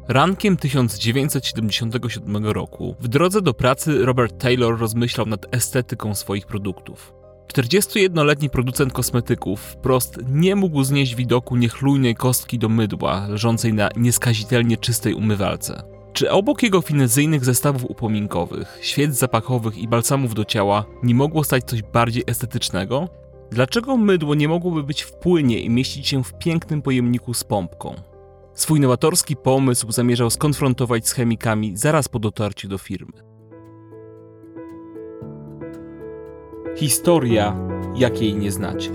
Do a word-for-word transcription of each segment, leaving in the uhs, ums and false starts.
Rankiem tysiąc dziewięćset siedemdziesiątego siódmego roku w drodze do pracy Robert Taylor rozmyślał nad estetyką swoich produktów. czterdziestojednoletni producent kosmetyków wprost nie mógł znieść widoku niechlujnej kostki do mydła leżącej na nieskazitelnie czystej umywalce. Czy obok jego finezyjnych zestawów upominkowych, świec zapachowych i balsamów do ciała nie mogło stać coś bardziej estetycznego? Dlaczego mydło nie mogłoby być w płynie i mieścić się w pięknym pojemniku z pompką? Swój nowatorski pomysł zamierzał skonfrontować z chemikami zaraz po dotarciu do firmy. Historia, jakiej nie znacie.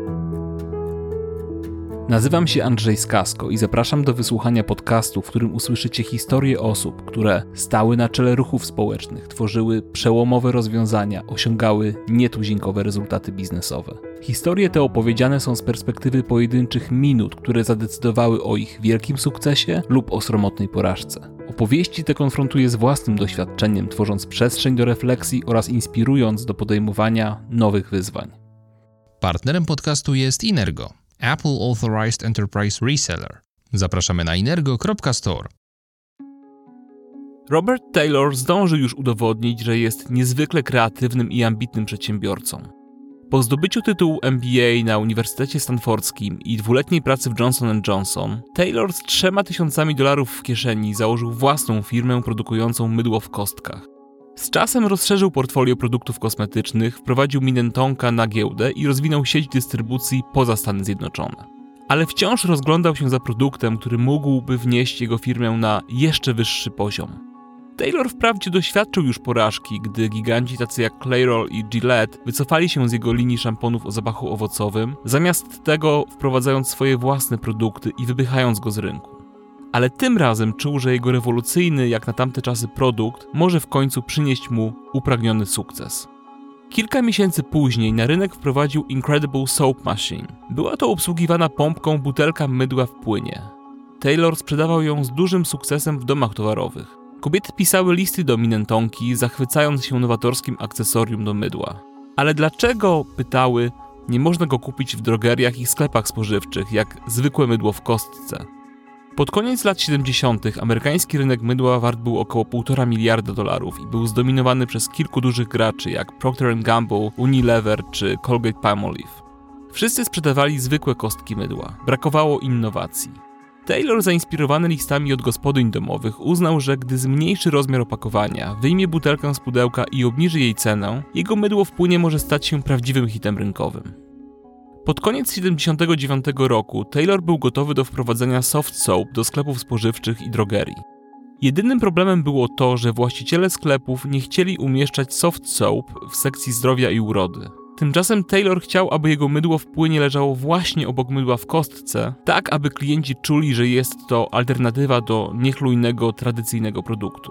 Nazywam się Andrzej Skasko i zapraszam do wysłuchania podcastu, w którym usłyszycie historie osób, które stały na czele ruchów społecznych, tworzyły przełomowe rozwiązania, osiągały nietuzinkowe rezultaty biznesowe. Historie te opowiedziane są z perspektywy pojedynczych minut, które zadecydowały o ich wielkim sukcesie lub o sromotnej porażce. Opowieści te konfrontuję z własnym doświadczeniem, tworząc przestrzeń do refleksji oraz inspirując do podejmowania nowych wyzwań. Partnerem podcastu jest Inergo, Apple Authorized Enterprise Reseller. Zapraszamy na inergo kropka store. Robert Taylor zdążył już udowodnić, że jest niezwykle kreatywnym i ambitnym przedsiębiorcą. Po zdobyciu tytułu M B A na Uniwersytecie Stanfordzkim i dwuletniej pracy w Johnson and Johnson, Taylor z trzema tysiącami dolarów w kieszeni założył własną firmę produkującą mydło w kostkach. Z czasem rozszerzył portfolio produktów kosmetycznych, wprowadził Minnetonka na giełdę i rozwinął sieć dystrybucji poza Stany Zjednoczone. Ale wciąż rozglądał się za produktem, który mógłby wnieść jego firmę na jeszcze wyższy poziom. Taylor wprawdzie doświadczył już porażki, gdy giganci tacy jak Clairol i Gillette wycofali się z jego linii szamponów o zapachu owocowym, zamiast tego wprowadzając swoje własne produkty i wypychając go z rynku. Ale tym razem czuł, że jego rewolucyjny jak na tamte czasy produkt może w końcu przynieść mu upragniony sukces. Kilka miesięcy później na rynek wprowadził Incredible Soap Machine. Była to obsługiwana pompką butelka mydła w płynie. Taylor sprzedawał ją z dużym sukcesem w domach towarowych. Kobiety pisały listy do Minnetonki, zachwycając się nowatorskim akcesorium do mydła. Ale dlaczego, pytały, nie można go kupić w drogeriach i sklepach spożywczych, jak zwykłe mydło w kostce? Pod koniec lat siedemdziesiątych amerykański rynek mydła wart był około półtora miliarda dolarów i był zdominowany przez kilku dużych graczy jak Procter and Gamble, Unilever czy Colgate-Palmolive. Wszyscy sprzedawali zwykłe kostki mydła. Brakowało innowacji. Taylor, zainspirowany listami od gospodyń domowych, uznał, że gdy zmniejszy rozmiar opakowania, wyjmie butelkę z pudełka i obniży jej cenę, jego mydło w płynie może stać się prawdziwym hitem rynkowym. Pod koniec siedemdziesiątego dziewiątego roku Taylor był gotowy do wprowadzenia soft soap do sklepów spożywczych i drogerii. Jedynym problemem było to, że właściciele sklepów nie chcieli umieszczać soft soap w sekcji zdrowia i urody. Tymczasem Taylor chciał, aby jego mydło w płynie leżało właśnie obok mydła w kostce, tak aby klienci czuli, że jest to alternatywa do niechlujnego, tradycyjnego produktu.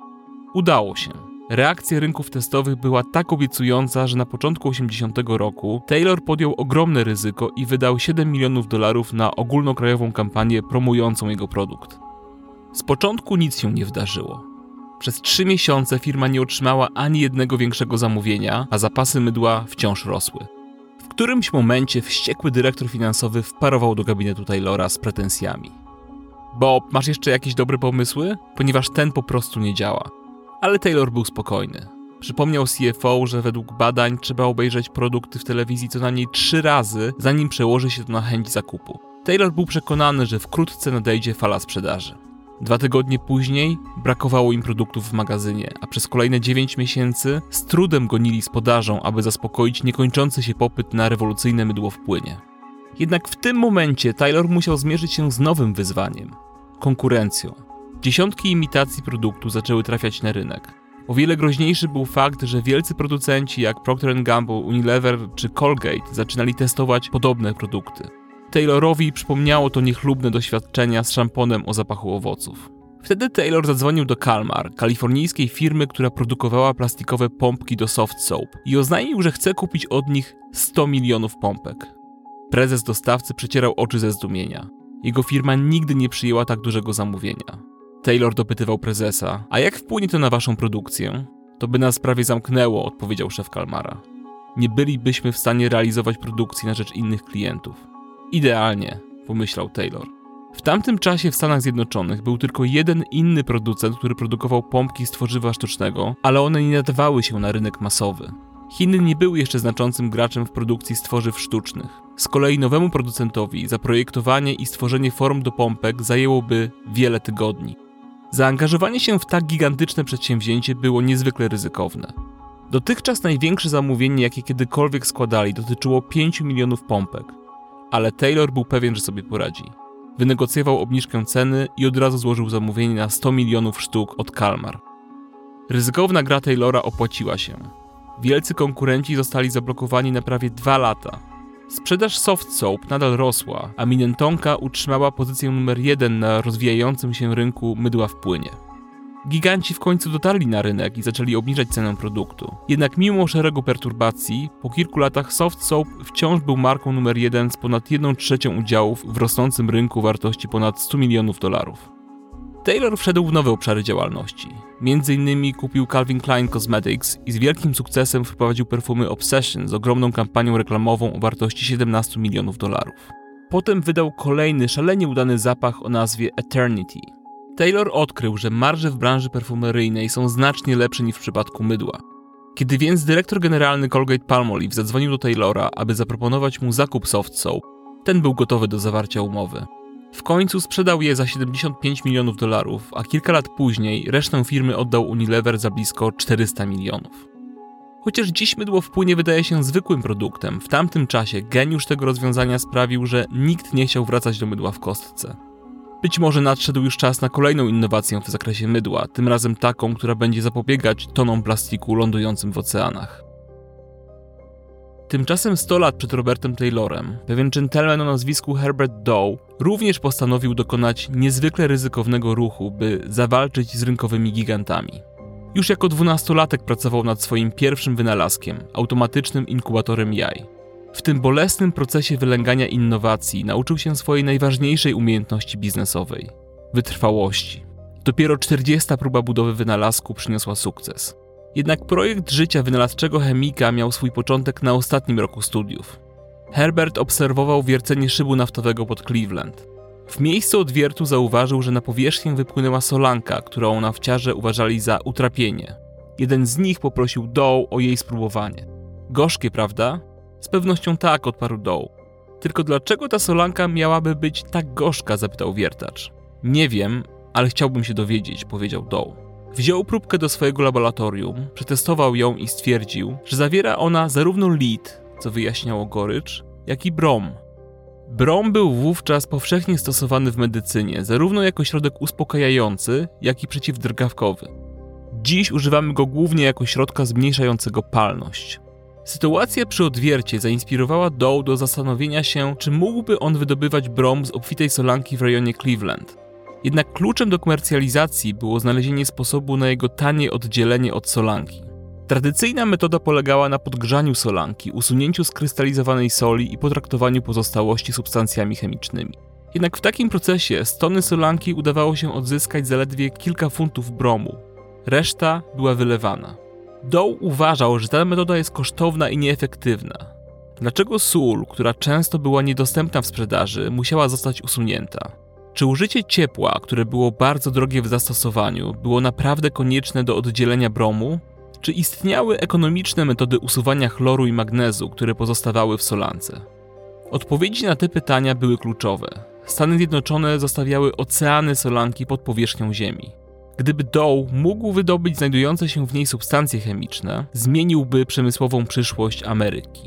Udało się. Reakcja rynków testowych była tak obiecująca, że na początku osiemdziesiątego roku Taylor podjął ogromne ryzyko i wydał siedem milionów dolarów na ogólnokrajową kampanię promującą jego produkt. Z początku nic się nie wydarzyło. Przez trzy miesiące firma nie otrzymała ani jednego większego zamówienia, a zapasy mydła wciąż rosły. W którymś momencie wściekły dyrektor finansowy wparował do gabinetu Taylora z pretensjami. Bob, masz jeszcze jakieś dobre pomysły? Ponieważ ten po prostu nie działa. Ale Taylor był spokojny. Przypomniał C F O, że według badań trzeba obejrzeć produkty w telewizji co najmniej trzy razy, zanim przełoży się to na chęć zakupu. Taylor był przekonany, że wkrótce nadejdzie fala sprzedaży. Dwa tygodnie później brakowało im produktów w magazynie, a przez kolejne dziewięć miesięcy z trudem gonili z podażą, aby zaspokoić niekończący się popyt na rewolucyjne mydło w płynie. Jednak w tym momencie Taylor musiał zmierzyć się z nowym wyzwaniem – konkurencją. Dziesiątki imitacji produktu zaczęły trafiać na rynek. O wiele groźniejszy był fakt, że wielcy producenci jak Procter and Gamble, Unilever czy Colgate zaczynali testować podobne produkty. Taylorowi przypomniało to niechlubne doświadczenia z szamponem o zapachu owoców. Wtedy Taylor zadzwonił do Calmar, kalifornijskiej firmy, która produkowała plastikowe pompki do soft soap i oznajmił, że chce kupić od nich sto milionów pompek. Prezes dostawcy przecierał oczy ze zdumienia. Jego firma nigdy nie przyjęła tak dużego zamówienia. Taylor dopytywał prezesa, a jak wpłynie to na waszą produkcję? To by nas prawie zamknęło, odpowiedział szef Calmara. Nie bylibyśmy w stanie realizować produkcji na rzecz innych klientów. Idealnie, pomyślał Taylor. W tamtym czasie w Stanach Zjednoczonych był tylko jeden inny producent, który produkował pompki z tworzywa sztucznego, ale one nie nadawały się na rynek masowy. Chiny nie były jeszcze znaczącym graczem w produkcji z tworzyw sztucznych. Z kolei nowemu producentowi zaprojektowanie i stworzenie form do pompek zajęłoby wiele tygodni. Zaangażowanie się w tak gigantyczne przedsięwzięcie było niezwykle ryzykowne. Dotychczas największe zamówienie, jakie kiedykolwiek składali, dotyczyło pięciu milionów pompek, ale Taylor był pewien, że sobie poradzi. Wynegocjował obniżkę ceny i od razu złożył zamówienie na sto milionów sztuk od Kalmar. Ryzykowna gra Taylora opłaciła się. Wielcy konkurenci zostali zablokowani na prawie dwa lata. Sprzedaż Soft Soap nadal rosła, a Minnetonka utrzymała pozycję numer jeden na rozwijającym się rynku mydła w płynie. Giganci w końcu dotarli na rynek i zaczęli obniżać cenę produktu. Jednak mimo szeregu perturbacji, po kilku latach Soft Soap wciąż był marką numer jeden z ponad jedną trzecią udziałów w rosnącym rynku wartości ponad stu milionów dolarów. Taylor wszedł w nowe obszary działalności. Między innymi kupił Calvin Klein Cosmetics i z wielkim sukcesem wprowadził perfumy Obsession z ogromną kampanią reklamową o wartości siedemnastu milionów dolarów. Potem wydał kolejny szalenie udany zapach o nazwie Eternity. Taylor odkrył, że marże w branży perfumeryjnej są znacznie lepsze niż w przypadku mydła. Kiedy więc dyrektor generalny Colgate-Palmolive zadzwonił do Taylora, aby zaproponować mu zakup Soft Soap, ten był gotowy do zawarcia umowy. W końcu sprzedał je za siedemdziesiąt pięć milionów dolarów, a kilka lat później resztę firmy oddał Unilever za blisko czterysta milionów. Chociaż dziś mydło w płynie wydaje się zwykłym produktem, w tamtym czasie geniusz tego rozwiązania sprawił, że nikt nie chciał wracać do mydła w kostce. Być może nadszedł już czas na kolejną innowację w zakresie mydła, tym razem taką, która będzie zapobiegać tonom plastiku lądującym w oceanach. Tymczasem sto lat przed Robertem Taylorem, pewien dżentelmen o nazwisku Herbert Dow również postanowił dokonać niezwykle ryzykownego ruchu, by zawalczyć z rynkowymi gigantami. Już jako dwunastolatek pracował nad swoim pierwszym wynalazkiem, automatycznym inkubatorem jaj. W tym bolesnym procesie wylęgania innowacji nauczył się swojej najważniejszej umiejętności biznesowej – wytrwałości. Dopiero czterdziesta próba budowy wynalazku przyniosła sukces. Jednak projekt życia wynalazczego chemika miał swój początek na ostatnim roku studiów. Herbert obserwował wiercenie szybu naftowego pod Cleveland. W miejscu odwiertu zauważył, że na powierzchnię wypłynęła solanka, którą nafciarze uważali za utrapienie. Jeden z nich poprosił Dow o jej spróbowanie. Gorzkie, prawda? Z pewnością tak, odparł Dow. Tylko dlaczego ta solanka miałaby być tak gorzka, zapytał wiertacz. Nie wiem, ale chciałbym się dowiedzieć, powiedział Dow. Wziął próbkę do swojego laboratorium, przetestował ją i stwierdził, że zawiera ona zarówno lead, co wyjaśniało gorycz, jak i brom. Brom był wówczas powszechnie stosowany w medycynie, zarówno jako środek uspokajający, jak i przeciwdrgawkowy. Dziś używamy go głównie jako środka zmniejszającego palność. Sytuacja przy odwiercie zainspirowała Dow do zastanowienia się, czy mógłby on wydobywać brom z obfitej solanki w rejonie Cleveland. Jednak kluczem do komercjalizacji było znalezienie sposobu na jego tanie oddzielenie od solanki. Tradycyjna metoda polegała na podgrzaniu solanki, usunięciu skrystalizowanej soli i potraktowaniu pozostałości substancjami chemicznymi. Jednak w takim procesie z tony solanki udawało się odzyskać zaledwie kilka funtów bromu. Reszta była wylewana. Dow uważał, że ta metoda jest kosztowna i nieefektywna. Dlaczego sól, która często była niedostępna w sprzedaży, musiała zostać usunięta? Czy użycie ciepła, które było bardzo drogie w zastosowaniu, było naprawdę konieczne do oddzielenia bromu? Czy istniały ekonomiczne metody usuwania chloru i magnezu, które pozostawały w solance? Odpowiedzi na te pytania były kluczowe. Stany Zjednoczone zostawiały oceany solanki pod powierzchnią Ziemi. Gdyby Dow mógł wydobyć znajdujące się w niej substancje chemiczne, zmieniłby przemysłową przyszłość Ameryki.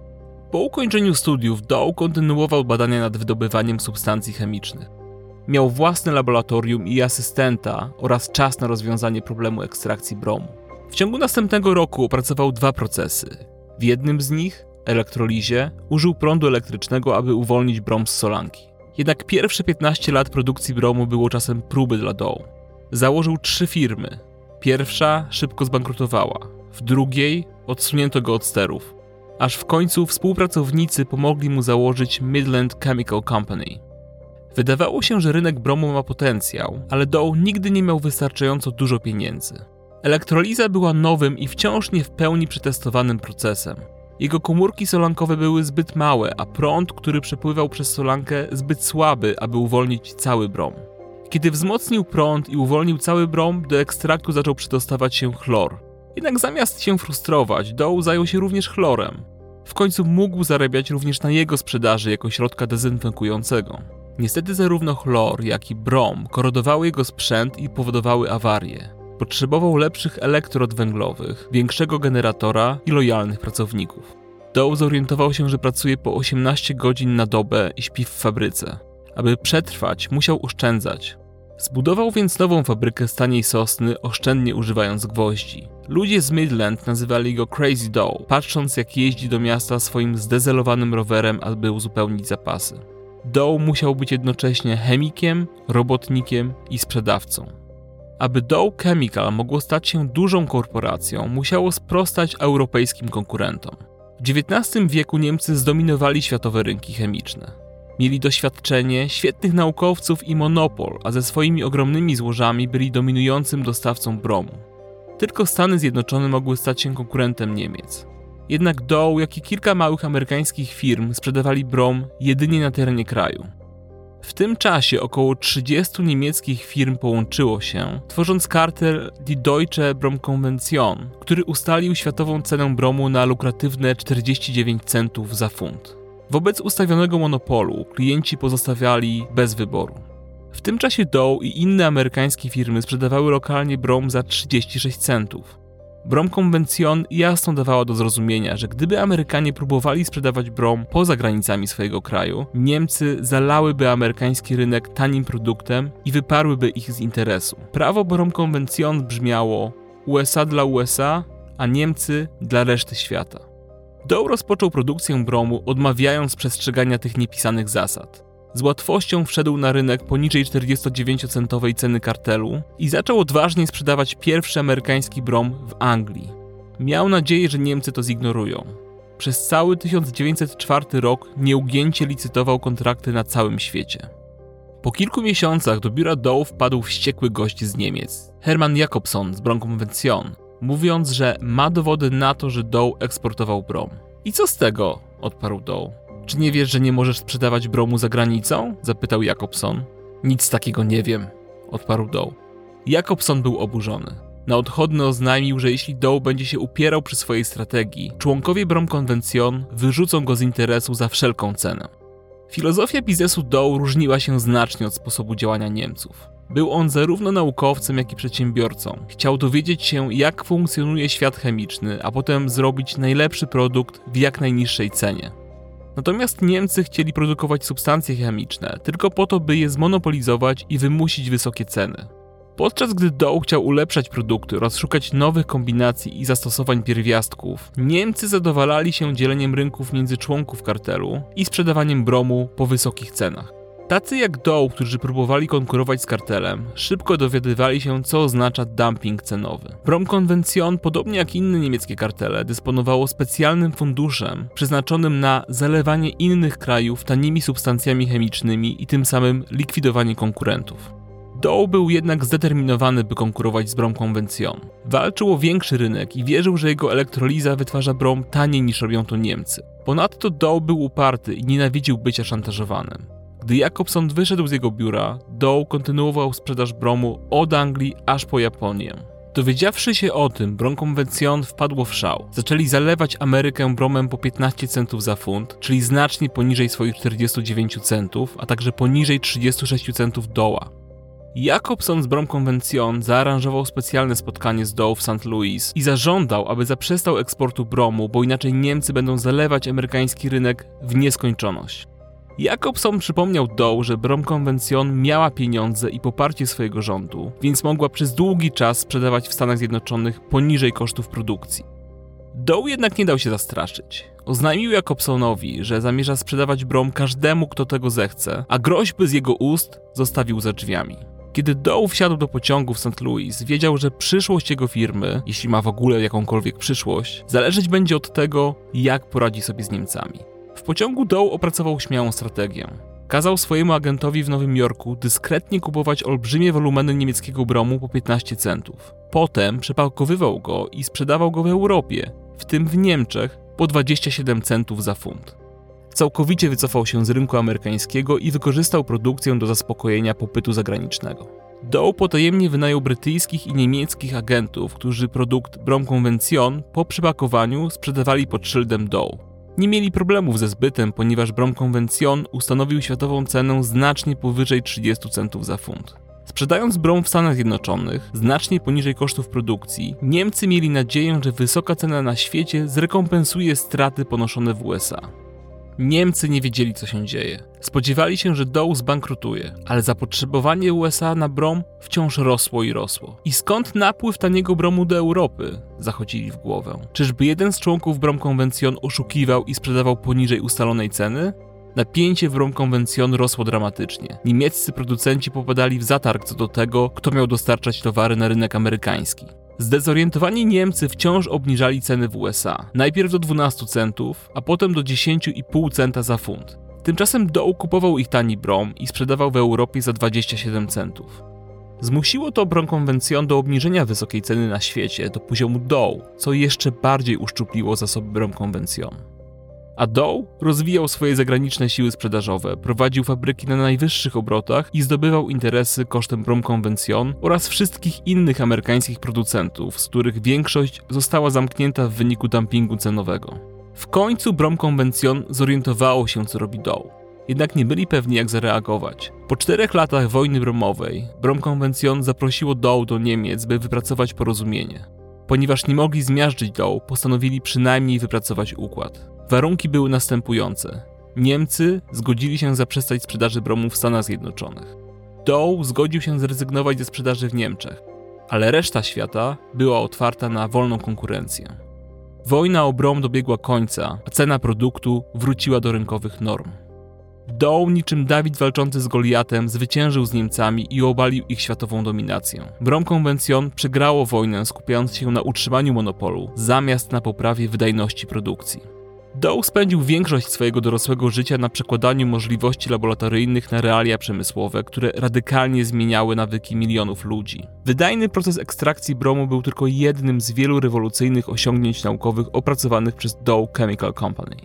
Po ukończeniu studiów Dow kontynuował badania nad wydobywaniem substancji chemicznych. Miał własne laboratorium i asystenta oraz czas na rozwiązanie problemu ekstrakcji bromu. W ciągu następnego roku opracował dwa procesy. W jednym z nich, elektrolizie, użył prądu elektrycznego, aby uwolnić brom z solanki. Jednak pierwsze piętnaście lat produkcji bromu było czasem próby dla Dow. Założył trzy firmy. Pierwsza szybko zbankrutowała, w drugiej odsunięto go od sterów, aż w końcu współpracownicy pomogli mu założyć Midland Chemical Company. Wydawało się, że rynek bromu ma potencjał, ale Dow nigdy nie miał wystarczająco dużo pieniędzy. Elektroliza była nowym i wciąż nie w pełni przetestowanym procesem. Jego komórki solankowe były zbyt małe, a prąd, który przepływał przez solankę, zbyt słaby, aby uwolnić cały brom. Kiedy wzmocnił prąd i uwolnił cały brom, do ekstraktu zaczął przedostawać się chlor. Jednak zamiast się frustrować, Dow zajął się również chlorem. W końcu mógł zarabiać również na jego sprzedaży jako środka dezynfekującego. Niestety zarówno chlor, jak i brom korodowały jego sprzęt i powodowały awarie. Potrzebował lepszych elektrod węglowych, większego generatora i lojalnych pracowników. Dow zorientował się, że pracuje po osiemnaście godzin na dobę i śpi w fabryce. Aby przetrwać, musiał oszczędzać. Zbudował więc nową fabrykę z taniej sosny, oszczędnie używając gwoździ. Ludzie z Midland nazywali go Crazy Dow, patrząc jak jeździ do miasta swoim zdezelowanym rowerem, aby uzupełnić zapasy. Dow musiał być jednocześnie chemikiem, robotnikiem i sprzedawcą. Aby Dow Chemical mogło stać się dużą korporacją, musiało sprostać europejskim konkurentom. W dziewiętnastym wieku Niemcy zdominowali światowe rynki chemiczne. Mieli doświadczenie, świetnych naukowców i monopol, a ze swoimi ogromnymi złożami byli dominującym dostawcą bromu. Tylko Stany Zjednoczone mogły stać się konkurentem Niemiec. Jednak Dow, jak i kilka małych amerykańskich firm sprzedawali brom jedynie na terenie kraju. W tym czasie około trzydziestu niemieckich firm połączyło się, tworząc kartel Die Deutsche Bromkonvention, który ustalił światową cenę bromu na lukratywne czterdzieści dziewięć centów za funt. Wobec ustawionego monopolu klienci pozostawiali bez wyboru. W tym czasie Dow i inne amerykańskie firmy sprzedawały lokalnie brom za trzydzieści sześć centów. Bromkonvention jasno dawała do zrozumienia, że gdyby Amerykanie próbowali sprzedawać brom poza granicami swojego kraju, Niemcy zalałyby amerykański rynek tanim produktem i wyparłyby ich z interesu. Prawo Bromkonvention brzmiało U S A dla U S A, a Niemcy dla reszty świata. Dow rozpoczął produkcję bromu, odmawiając przestrzegania tych niepisanych zasad. Z łatwością wszedł na rynek poniżej czterdziestodziewięciocentowej ceny kartelu i zaczął odważnie sprzedawać pierwszy amerykański brom w Anglii. Miał nadzieję, że Niemcy to zignorują. Przez cały tysiąc dziewięćset czwarty rok nieugięcie licytował kontrakty na całym świecie. Po kilku miesiącach do biura Dow wpadł wściekły gość z Niemiec, Hermann Jakobson z Bromkonvention, mówiąc, że ma dowody na to, że Dow eksportował brom. I co z tego? Odparł Dow. Czy nie wiesz, że nie możesz sprzedawać bromu za granicą? Zapytał Jakobson. Nic takiego nie wiem, odparł Dow. Jakobson był oburzony. Na odchodny oznajmił, że jeśli Dow będzie się upierał przy swojej strategii, członkowie Bromkonvention wyrzucą go z interesu za wszelką cenę. Filozofia biznesu Dow różniła się znacznie od sposobu działania Niemców. Był on zarówno naukowcem, jak i przedsiębiorcą. Chciał dowiedzieć się, jak funkcjonuje świat chemiczny, a potem zrobić najlepszy produkt w jak najniższej cenie. Natomiast Niemcy chcieli produkować substancje chemiczne, tylko po to, by je zmonopolizować i wymusić wysokie ceny. Podczas gdy Dow chciał ulepszać produkty oraz szukać nowych kombinacji i zastosowań pierwiastków, Niemcy zadowalali się dzieleniem rynków między członków kartelu i sprzedawaniem bromu po wysokich cenach. Tacy jak Dow, którzy próbowali konkurować z kartelem, szybko dowiadywali się, co oznacza dumping cenowy. Bromkonvention, podobnie jak inne niemieckie kartele, dysponowało specjalnym funduszem przeznaczonym na zalewanie innych krajów tanimi substancjami chemicznymi i tym samym likwidowanie konkurentów. Dow był jednak zdeterminowany, by konkurować z Bromkonvention. Walczył o większy rynek i wierzył, że jego elektroliza wytwarza brom taniej niż robią to Niemcy. Ponadto Dow był uparty i nienawidził bycia szantażowanym. Gdy Jakobson wyszedł z jego biura, Dow kontynuował sprzedaż bromu od Anglii aż po Japonię. Dowiedziawszy się o tym, Bromkonvention wpadło w szał. Zaczęli zalewać Amerykę bromem po piętnaście centów za funt, czyli znacznie poniżej swoich czterdziestu dziewięciu centów, a także poniżej trzydziestu sześciu centów Dowa. Jakobson z Bromkonvention zaaranżował specjalne spotkanie z Dow w Saint Louis i zażądał, aby zaprzestał eksportu bromu, bo inaczej Niemcy będą zalewać amerykański rynek w nieskończoność. Jakobson przypomniał Dow, że Bromkonvention miała pieniądze i poparcie swojego rządu, więc mogła przez długi czas sprzedawać w Stanach Zjednoczonych poniżej kosztów produkcji. Dow jednak nie dał się zastraszyć. Oznajmił Jakobsonowi, że zamierza sprzedawać brom każdemu, kto tego zechce, a groźby z jego ust zostawił za drzwiami. Kiedy Dow wsiadł do pociągu w Saint Louis, wiedział, że przyszłość jego firmy, jeśli ma w ogóle jakąkolwiek przyszłość, zależeć będzie od tego, jak poradzi sobie z Niemcami. W pociągu Dow opracował śmiałą strategię. Kazał swojemu agentowi w Nowym Jorku dyskretnie kupować olbrzymie wolumeny niemieckiego bromu po piętnaście centów. Potem przepakowywał go i sprzedawał go w Europie, w tym w Niemczech, po dwadzieścia siedem centów za funt. Całkowicie wycofał się z rynku amerykańskiego i wykorzystał produkcję do zaspokojenia popytu zagranicznego. Dow potajemnie wynajął brytyjskich i niemieckich agentów, którzy produkt Brom Convention po przypakowaniu sprzedawali pod szyldem Dow. Nie mieli problemów ze zbytem, ponieważ Brom Convention ustanowił światową cenę znacznie powyżej trzydzieści centów za funt. Sprzedając brom w Stanach Zjednoczonych, znacznie poniżej kosztów produkcji, Niemcy mieli nadzieję, że wysoka cena na świecie zrekompensuje straty ponoszone w U S A. Niemcy nie wiedzieli, co się dzieje. Spodziewali się, że Dow zbankrutuje, ale zapotrzebowanie U S A na brom wciąż rosło i rosło. I skąd napływ taniego bromu do Europy? Zachodzili w głowę. Czyżby jeden z członków Brom Convention oszukiwał i sprzedawał poniżej ustalonej ceny? Napięcie w Brom Convention rosło dramatycznie. Niemieccy producenci popadali w zatarg co do tego, kto miał dostarczać towary na rynek amerykański. Zdezorientowani Niemcy wciąż obniżali ceny w U S A. Najpierw do dwunastu centów, a potem do dziesięć i pół centa za funt. Tymczasem Dow kupował ich tani brom i sprzedawał w Europie za dwadzieścia siedem centów. Zmusiło to Brom Convention do obniżenia wysokiej ceny na świecie do poziomu Dow, co jeszcze bardziej uszczupliło zasoby Brom Convention. A Dow rozwijał swoje zagraniczne siły sprzedażowe, prowadził fabryki na najwyższych obrotach i zdobywał interesy kosztem Brom Convention oraz wszystkich innych amerykańskich producentów, z których większość została zamknięta w wyniku dumpingu cenowego. W końcu Brom Convention zorientowało się, co robi Dow. Jednak nie byli pewni, jak zareagować. Po czterech latach wojny bromowej Brom Convention zaprosiło Dow do Niemiec, by wypracować porozumienie. Ponieważ nie mogli zmiażdżyć Dow, postanowili przynajmniej wypracować układ. Warunki były następujące. Niemcy zgodzili się zaprzestać sprzedaży bromu w Stanach Zjednoczonych. Dow zgodził się zrezygnować ze sprzedaży w Niemczech, ale reszta świata była otwarta na wolną konkurencję. Wojna o brom dobiegła końca, a cena produktu wróciła do rynkowych norm. Dow, niczym Dawid walczący z Goliatem, zwyciężył z Niemcami i obalił ich światową dominację. Brom Convention przegrało wojnę, skupiając się na utrzymaniu monopolu, zamiast na poprawie wydajności produkcji. Dow spędził większość swojego dorosłego życia na przekładaniu możliwości laboratoryjnych na realia przemysłowe, które radykalnie zmieniały nawyki milionów ludzi. Wydajny proces ekstrakcji bromu był tylko jednym z wielu rewolucyjnych osiągnięć naukowych opracowanych przez Dow Chemical Company.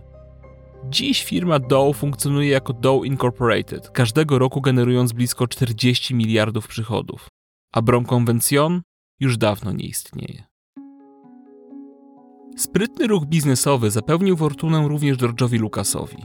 Dziś firma Dow funkcjonuje jako Dow Incorporated, każdego roku generując blisko czterdzieści miliardów przychodów, a Brom Convention już dawno nie istnieje. Sprytny ruch biznesowy zapewnił fortunę również George'owi Lucasowi.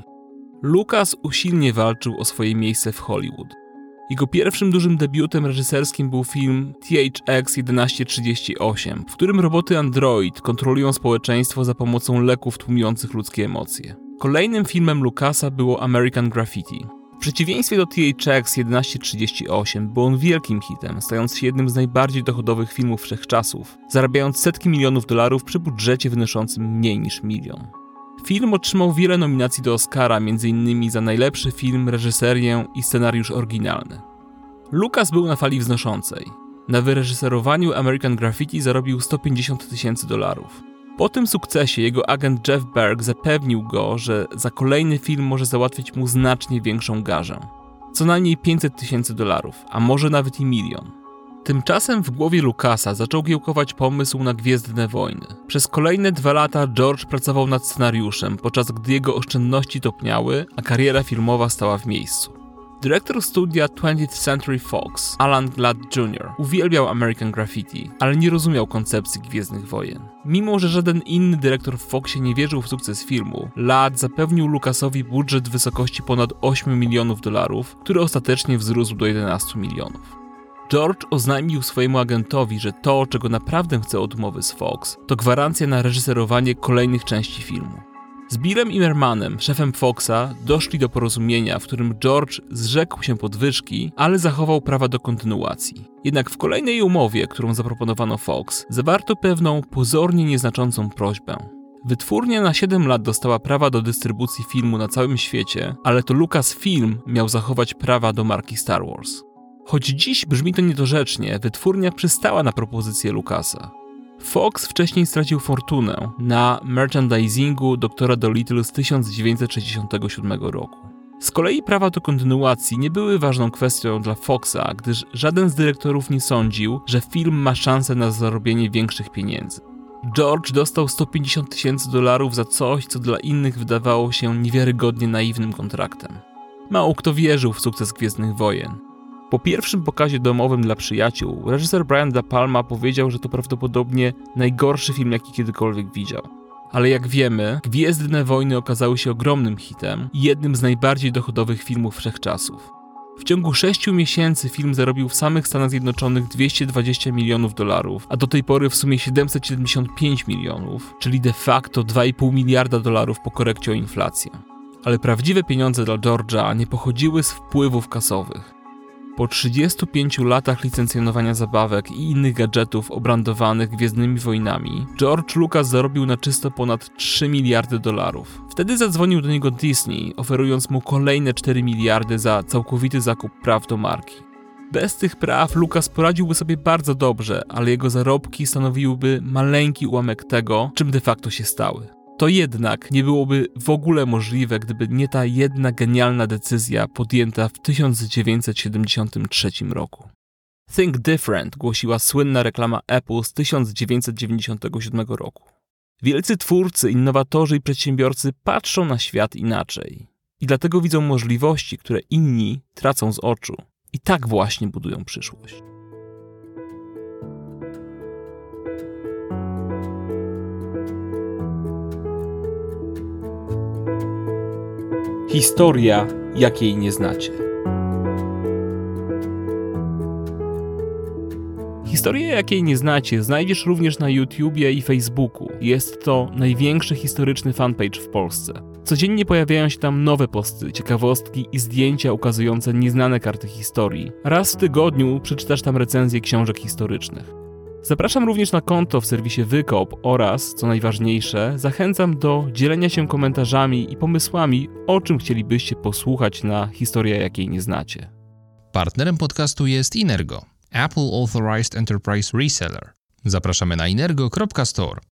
Lucas usilnie walczył o swoje miejsce w Hollywood. Jego pierwszym dużym debiutem reżyserskim był film T H X tysiąc sto trzydzieści osiem, w którym roboty android kontrolują społeczeństwo za pomocą leków tłumiących ludzkie emocje. Kolejnym filmem Lucasa było American Graffiti. W przeciwieństwie do T H X tysiąc sto trzydzieści osiem był on wielkim hitem, stając się jednym z najbardziej dochodowych filmów wszechczasów, zarabiając setki milionów dolarów przy budżecie wynoszącym mniej niż milion. Film otrzymał wiele nominacji do Oscara, między innymi za najlepszy film, reżyserię i scenariusz oryginalny. Lucas był na fali wznoszącej. Na wyreżyserowaniu American Graffiti zarobił sto pięćdziesiąt tysięcy dolarów. Po tym sukcesie jego agent Jeff Berg zapewnił go, że za kolejny film może załatwić mu znacznie większą garzę. Co najmniej pięćset tysięcy dolarów, a może nawet i milion. Tymczasem w głowie Lucasa zaczął kiełkować pomysł na Gwiezdne Wojny. Przez kolejne dwa lata George pracował nad scenariuszem, podczas gdy jego oszczędności topniały, a kariera filmowa stała w miejscu. Dyrektor studia twentieth Century Fox, Alan Ladd junior uwielbiał American Graffiti, ale nie rozumiał koncepcji Gwiezdnych Wojen. Mimo że żaden inny dyrektor w Foxie nie wierzył w sukces filmu, Ladd zapewnił Lucasowi budżet w wysokości ponad ośmiu milionów dolarów, który ostatecznie wzrósł do jedenastu milionów. George oznajmił swojemu agentowi, że to, czego naprawdę chce od umowy z Fox, to gwarancja na reżyserowanie kolejnych części filmu. Z Billem Immermanem, szefem Foxa, doszli do porozumienia, w którym George zrzekł się podwyżki, ale zachował prawa do kontynuacji. Jednak w kolejnej umowie, którą zaproponowano Fox, zawarto pewną pozornie nieznaczącą prośbę. Wytwórnia na siedem lat dostała prawa do dystrybucji filmu na całym świecie, ale to Lucasfilm miał zachować prawa do marki Star Wars. Choć dziś brzmi to niedorzecznie, wytwórnia przystała na propozycję Lucasa. Fox wcześniej stracił fortunę na merchandisingu doktora Dolittle z tysiąc dziewięćset sześćdziesiątego siódmego roku. Z kolei prawa do kontynuacji nie były ważną kwestią dla Foxa, gdyż żaden z dyrektorów nie sądził, że film ma szansę na zarobienie większych pieniędzy. George dostał sto pięćdziesiąt tysięcy dolarów za coś, co dla innych wydawało się niewiarygodnie naiwnym kontraktem. Mało kto wierzył w sukces Gwiezdnych Wojen. Po pierwszym pokazie domowym dla przyjaciół, reżyser Brian De Palma powiedział, że to prawdopodobnie najgorszy film, jaki kiedykolwiek widział. Ale jak wiemy, Gwiezdne Wojny okazały się ogromnym hitem i jednym z najbardziej dochodowych filmów wszechczasów. W ciągu sześciu miesięcy film zarobił w samych Stanach Zjednoczonych dwieście dwadzieścia milionów dolarów, a do tej pory w sumie siedemset siedemdziesiąt pięć milionów, czyli de facto dwa i pół miliarda dolarów po korekcie o inflację. Ale prawdziwe pieniądze dla George'a nie pochodziły z wpływów kasowych. Po trzydziestu pięciu latach licencjonowania zabawek i innych gadżetów obrandowanych Gwiezdnymi Wojnami, George Lucas zarobił na czysto ponad trzy miliardy dolarów. Wtedy zadzwonił do niego Disney, oferując mu kolejne cztery miliardy za całkowity zakup praw do marki. Bez tych praw Lucas poradziłby sobie bardzo dobrze, ale jego zarobki stanowiłyby maleńki ułamek tego, czym de facto się stały. To jednak nie byłoby w ogóle możliwe, gdyby nie ta jedna genialna decyzja podjęta w tysiąc dziewięćset siedemdziesiątym trzecim roku. Think Different głosiła słynna reklama Apple z tysiąc dziewięćset dziewięćdziesiątego siódmego roku. Wielcy twórcy, innowatorzy i przedsiębiorcy patrzą na świat inaczej. I dlatego widzą możliwości, które inni tracą z oczu. I tak właśnie budują przyszłość. Historia, jakiej nie znacie. Historię, jakiej nie znacie, znajdziesz również na YouTubie i Facebooku. Jest to największy historyczny fanpage w Polsce. Codziennie pojawiają się tam nowe posty, ciekawostki i zdjęcia ukazujące nieznane karty historii. Raz w tygodniu przeczytasz tam recenzje książek historycznych. Zapraszam również na konto w serwisie Wykop oraz, co najważniejsze, zachęcam do dzielenia się komentarzami i pomysłami, o czym chcielibyście posłuchać na Historia, jakiej nie znacie. Partnerem podcastu jest Inergo, Apple Authorized Enterprise Reseller. Zapraszamy na inergo kropka store.